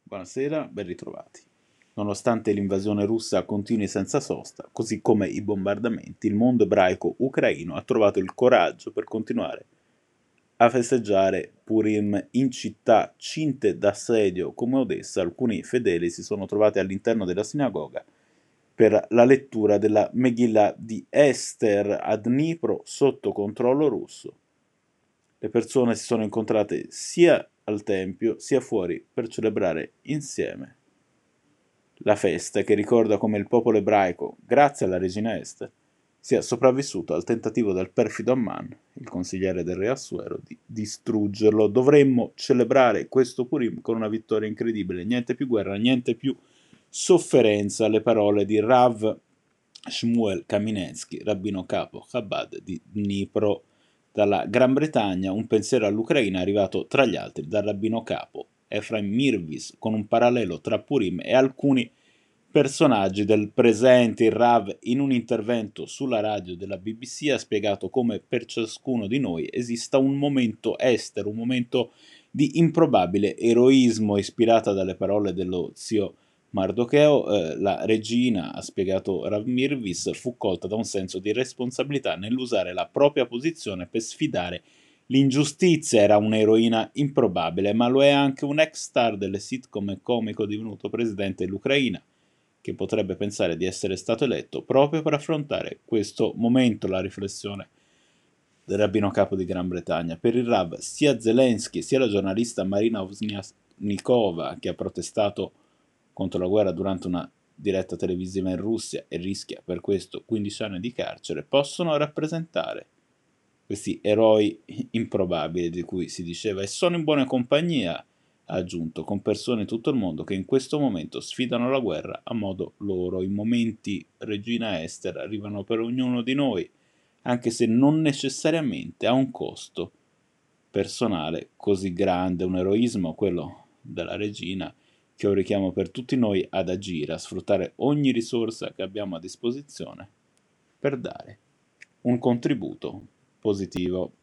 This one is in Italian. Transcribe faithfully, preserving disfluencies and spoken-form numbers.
Buonasera, ben ritrovati. Nonostante l'invasione russa continui senza sosta, così come i bombardamenti, il mondo ebraico ucraino ha trovato il coraggio per continuare a festeggiare Purim in città cinte d'assedio come Odessa. Alcuni fedeli si sono trovati all'interno della sinagoga per la lettura della Megillah di Esther a Dnipro sotto controllo russo. Le persone si sono incontrate sia al tempio sia fuori per celebrare insieme la festa che ricorda come il popolo ebraico, grazie alla regina Esther, sia sopravvissuto al tentativo del perfido Amman, il consigliere del re Assuero, di distruggerlo. Dovremmo celebrare questo Purim con una vittoria incredibile, niente più guerra, niente più sofferenza. Le parole di Rav Shmuel Kamenetsky, rabbino capo Chabad di Dnipro. Dalla Gran Bretagna un pensiero all'Ucraina arrivato tra gli altri dal rabbino capo Efraim Mirvis, con un parallelo tra Purim e alcuni personaggi del presente. Il Rav, in un intervento sulla radio della B B C, ha spiegato come per ciascuno di noi esista un momento estero, un momento di improbabile eroismo. Ispirata dalle parole dello zio Mardocheo, eh, la regina, ha spiegato Rav Mirvis, fu colta da un senso di responsabilità nell'usare la propria posizione per sfidare l'ingiustizia. Era un'eroina improbabile, ma lo è anche un ex star delle sitcom e comico divenuto presidente dell'Ucraina, che potrebbe pensare di essere stato eletto proprio per affrontare questo momento. La riflessione del rabbino capo di Gran Bretagna. Per il Rav, sia Zelensky sia la giornalista Marina Vozniakova, che ha protestato contro la guerra durante una diretta televisiva in Russia e rischia per questo quindici anni di carcere, possono rappresentare questi eroi improbabili di cui si diceva, e sono in buona compagnia, ha aggiunto, con persone in tutto il mondo che in questo momento sfidano la guerra a modo loro. I momenti, regina Esther, arrivano per ognuno di noi, anche se non necessariamente a un costo personale così grande. Un eroismo, quello della regina, che è un richiamo per tutti noi ad agire, a sfruttare ogni risorsa che abbiamo a disposizione per dare un contributo positivo.